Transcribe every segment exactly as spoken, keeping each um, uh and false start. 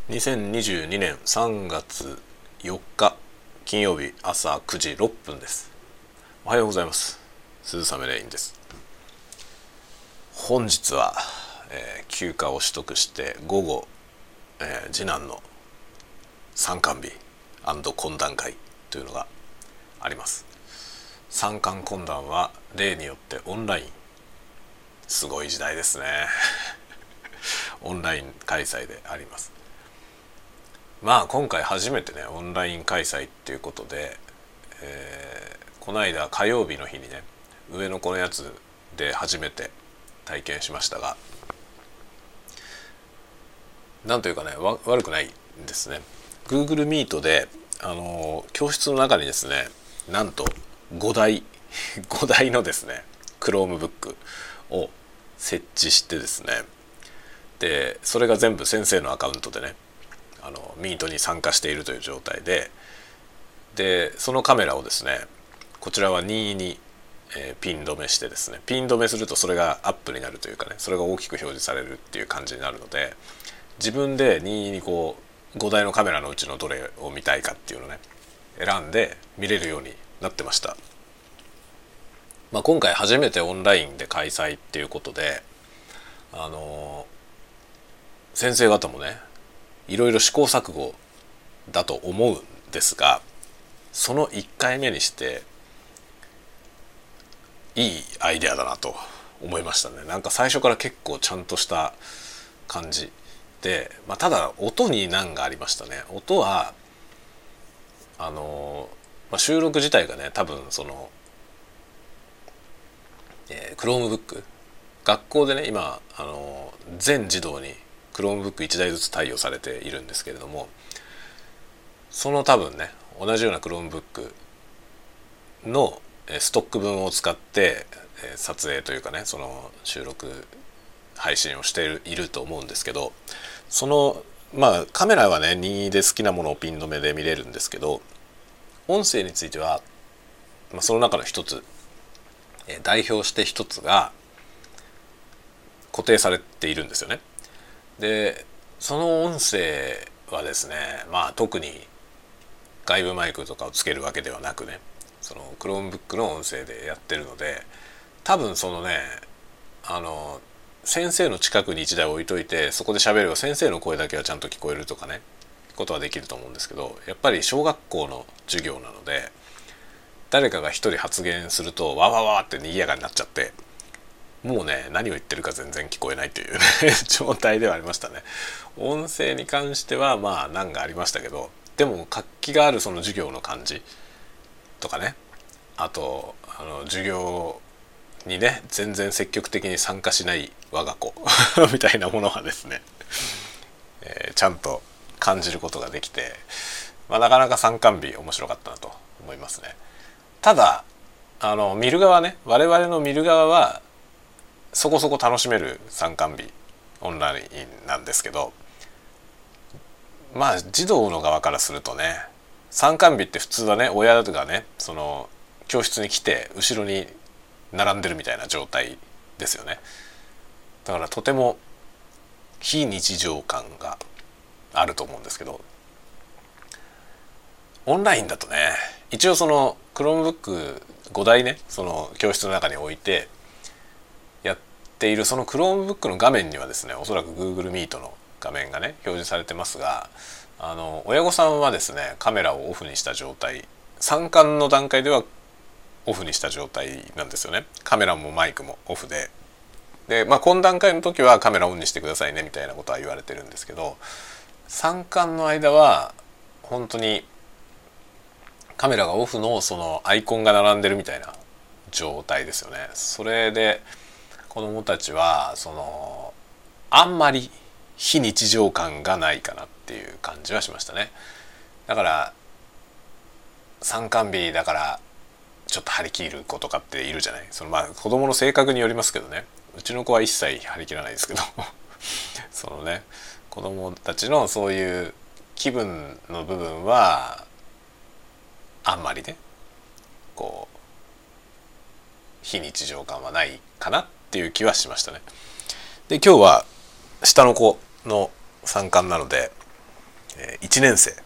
にせんにじゅうにねんさんがつよっか金曜日朝くじろっぷんです。おはようございます。鈴雨レインです。本日は、えー休暇を取得して午後、えー次男の参観日懇談会というのがあります。参観懇談は例によってオンライン。すごい時代ですね。オンライン開催であります。まあ今回初めてねオンライン開催っていうことで、えーこの間火曜日の日にね上の子のやつで初めて体験しましたが、なんというかねわ悪くないんですね。 Google Meet であの教室の中にですね、なんとごだいごだいのですね Chromebook を設置してですね、でそれが全部先生のアカウントでねあのミートに参加しているという状態で、でそのカメラをですねこちらは任意に、えーピン止めしてですね、ピン止めするとそれがアップになるというかね、それが大きく表示されるっていう感じになるので、自分で任意にこうごだいのカメラのうちのどれを見たいかっていうのをね選んで見れるようになってました。まあ、今回初めてオンラインで開催っていうことで、あのー先生方もねいろいろ試行錯誤だと思うんですが、そのいっかいめにしていいアイデアだなと思いましたね。なんか最初から結構ちゃんとした感じで、まあ、ただ音に難がありましたね。音はあの、まあ、収録自体がね多分その、えー、Chromebook 学校でね今あの全児童に Chromebookいちだいずつ貸与されているんですけれども、その多分ね同じような Chromebook のストック分を使って撮影というかねその収録配信をしている、いると思うんですけど、そのまあカメラはね任意で好きなものをピン止めで見れるんですけど、音声については、まあ、その中の一つ代表して一つが固定されているんですよね。でその音声はですね、まあ特に外部マイクとかをつけるわけではなくね、その Chromebook の音声でやってるので、多分そのねあの先生の近くにいちだい置いといてそこで喋れば先生の声だけはちゃんと聞こえるとかねことはできると思うんですけど、やっぱり小学校の授業なので誰かが一人発言するとわわわって賑やかになっちゃって、もうね何を言ってるか全然聞こえないという、ね、状態ではありましたね。音声に関してはまあ難がありましたけど、でも活気があるその授業の感じとかね、あとあの授業にね全然積極的に参加しない我が子みたいなものはですね、えーちゃんと感じることができて、まあ、なかなか参観日面白かったなと思いますね。ただあの見る側ね、我々の見る側はそこそこ楽しめる参観日オンラインなんですけど、まあ児童の側からするとね参観日って普通はね親がねその教室に来て後ろに並んでるみたいな状態ですよね。だからとても非日常感があると思うんですけど、オンラインだとね一応その Chromebook ごだいねその教室の中に置いてやっているその Chromebook の画面にはですね、おそらく Google Meet の画面がね表示されてますが、あの親御さんはですねカメラをオフにした状態、参観の段階ではオフにした状態なんですよね。カメラもマイクもオフで、でまあ懇談会の時はカメラオンにしてくださいねみたいなことは言われてるんですけど、参観の間は本当にカメラがオフのそのアイコンが並んでるみたいな状態ですよね。それで子どもたちはそのあんまり非日常感がないかなっていう感じはしましたね。だから参観日だからちょっと張り切る子とかっているじゃない。そのまあ子供の性格によりますけどね、うちの子は一切張り切らないですけどそのね子供たちのそういう気分の部分はあんまりねこう非日常感はないかなっていう気はしましたね。で今日は下の子の参観なのでちねん生、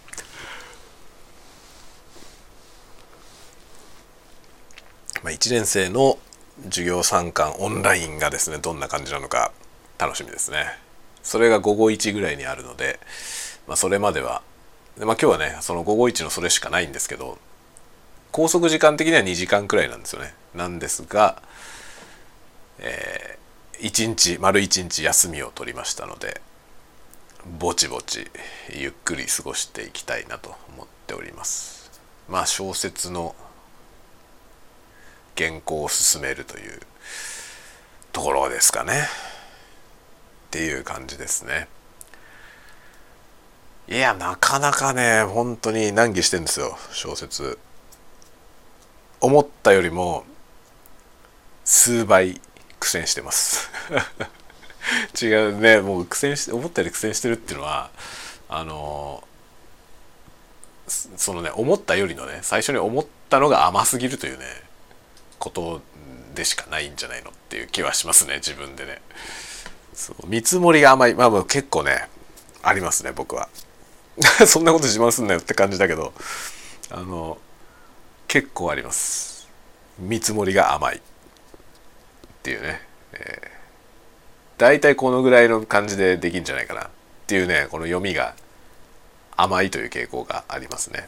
まあ、いちねん生の授業参観オンラインがですねどんな感じなのか楽しみですね。それが午後いちぐらいにあるので、まあ、それまではで、まあ、今日はねその午後いちのそれしかないんですけど、拘束時間的にはにじかんくらいなんですよね。なんですが、えー、いちにち丸いちにち休みを取りましたので、ぼちぼちゆっくり過ごしていきたいなと思っております。まあ小説の原稿を進めるというところですかねっていう感じですね。いやなかなかね本当に難儀してんですよ小説。思ったよりも数倍苦戦してます違うね、もう苦戦して思ったより苦戦してるっていうのはあのそのね思ったよりのね最初に思ったのが甘すぎるというねことでしかないんじゃないのっていう気はしますね自分でね。そう見積もりが甘い、まあもう結構ねありますね僕はそんなこと自慢すんなよって感じだけど、あの結構あります。見積もりが甘いっていうね、えー、だいたいこのぐらいの感じでできんじゃないかなっていうねこの読みが甘いという傾向がありますね。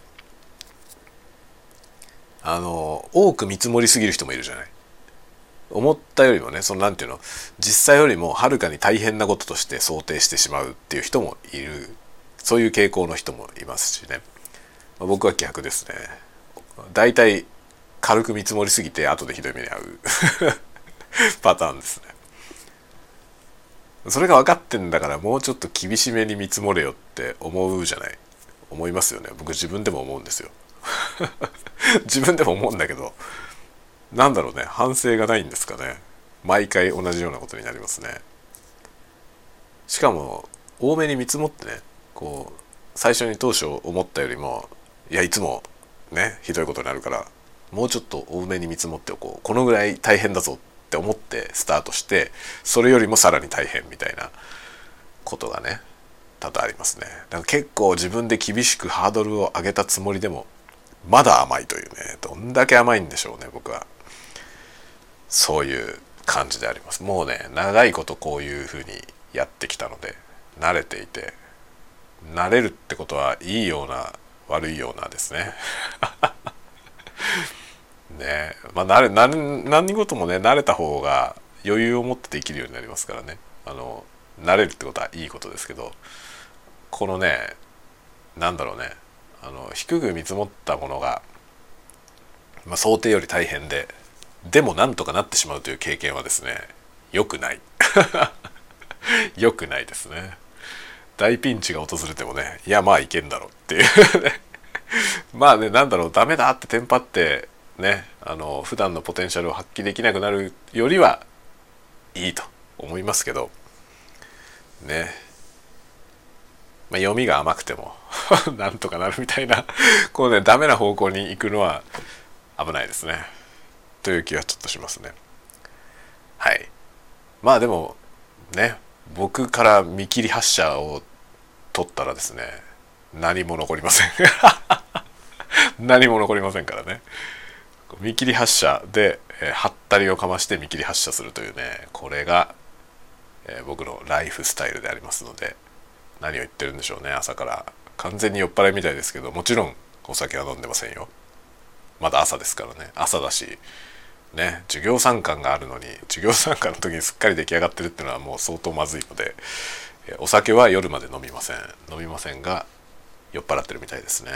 あの多く見積もりすぎる人もいるじゃない。思ったよりもねそのなんていうの実際よりもはるかに大変なこととして想定してしまうっていう人もいる、そういう傾向の人もいますしね、まあ、僕は逆ですね。だいたい軽く見積もりすぎて後でひどい目に遭うパターンですね。それが分かってんだからもうちょっと厳しめに見積もれよって思うじゃない、思いますよね。僕自分でも思うんですよ自分でも思うんだけど、なんだろうね反省がないんですかね。毎回同じようなことになりますね。しかも多めに見積もってねこう最初に当初思ったよりもいやいつもねひどいことになるからもうちょっと多めに見積もっておこう、このぐらい大変だぞって思ってスタートしてそれよりもさらに大変みたいなことがね多々ありますね。だから結構自分で厳しくハードルを上げたつもりでもまだ甘いというね、どんだけ甘いんでしょうね僕は。そういう感じであります。もうね長いことこういうふうにやってきたので慣れていて、慣れるってことはいいような悪いようなですねねまあ慣れ何何事もね慣れた方が余裕を持ってできるようになりますからね。あの慣れるってことはいいことですけど、このねなんだろうねあの低く見積もったものが、まあ、想定より大変ででもなんとかなってしまうという経験はですね良くない良くないですね。大ピンチが訪れてもねいやまあいけんだろうっていうまあねなんだろうダメだってテンパってねあの普段のポテンシャルを発揮できなくなるよりはいいと思いますけどね、まあ、読みが甘くてもなんとかなるみたいなこうねダメな方向に行くのは危ないですねという気はちょっとしますね。はい。まあでもね僕から見切り発車を取ったらですね何も残りません何も残りませんからね。見切り発車で、えー、はったりをかまして見切り発車するというねこれが、えー、僕のライフスタイルでありますので、何を言ってるんでしょうね朝から完全に酔っ払いみたいですけど、もちろんお酒は飲んでませんよ。まだ朝ですからね。朝だしね、授業参観があるのに授業参観の時にすっかり出来上がってるっていうのはもう相当まずいので、お酒は夜まで飲みません飲みませんが酔っ払ってるみたいですね。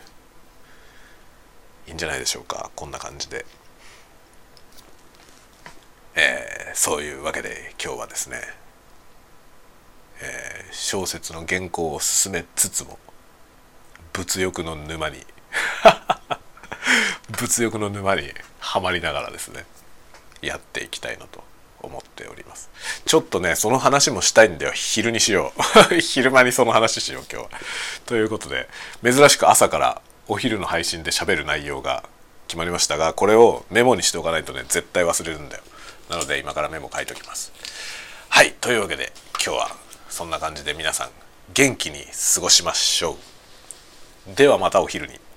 いいんじゃないでしょうかこんな感じで、えー、そういうわけで今日はですね、えー、小説の原稿を進めつつも物欲の沼に物欲の沼にはまりながらですねやっていきたいなと思っております。ちょっとねその話もしたいんだよ。昼にしよう昼間にその話しよう今日は。ということで珍しく朝からお昼の配信で喋る内容が決まりましたが、これをメモにしておかないとね絶対忘れるんだよ。なので今からメモ書いておきます。はい、というわけで今日はそんな感じで皆さん元気に過ごしましょう。 ではまたお昼に。